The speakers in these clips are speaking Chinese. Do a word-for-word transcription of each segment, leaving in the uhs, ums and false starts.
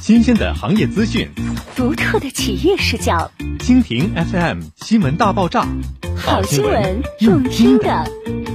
新鲜的行业资讯， 独特的企业视角， 蜻蜓 F M 新闻大爆炸， 好新闻用听的。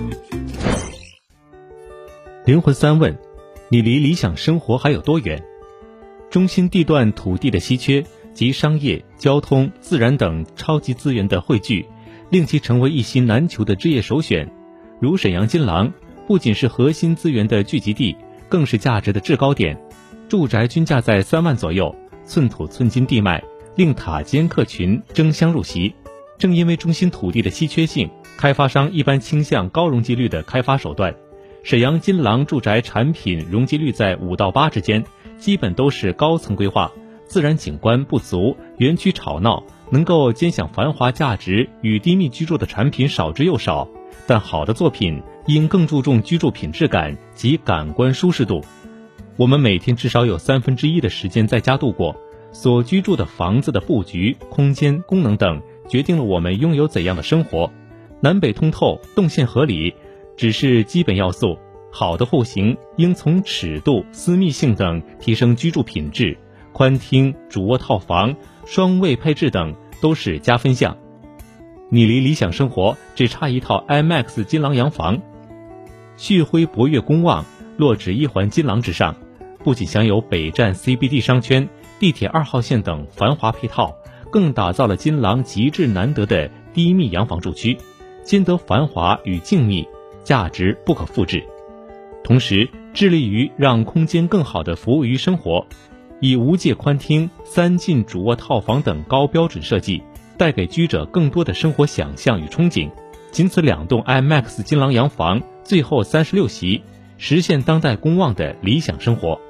灵魂三问：你离理想生活还有多远？中心地段土地的稀缺及商业、交通、自然等超级资源的汇聚，令其成为一席难求的置业首选。如沈阳金廊，不仅是核心资源的聚集地，更是价值的制高点。住宅均价在三万左右，寸土寸金地脉，令塔尖客群争相入席。正因为中心土地的稀缺性，开发商一般倾向高容积率的开发手段。沈阳金廊住宅产品容积率在五到八之间，基本都是高层规划，自然景观不足，园区吵闹，能够兼享繁华价值与低密居住的产品少之又少。但好的作品应更注重居住品质感及感官舒适度。我们每天至少有三分之一的时间在家度过，所居住的房子的布局、空间、功能等，决定了我们拥有怎样的生活。南北通透、动线合理只是基本要素，好的户型应从尺度、私密性等提升居住品质，宽厅、主卧套房、双卫配置等都是加分项。你离理想生活只差一套 I M A X 金廊洋房。旭辉博悦公望落址一环金廊之上，不仅享有北站 C B D 商圈、地铁二号线等繁华配套，更打造了金廊极致难得的低密洋房住区，兼得繁华与静谧，价值不可复制。同时致力于让空间更好地服务于生活，以无界宽厅、三进主卧套房等高标准设计，带给居者更多的生活想象与憧憬。仅此两栋 I M A X 金廊洋房，最后三十六席，实现当代公望的理想生活。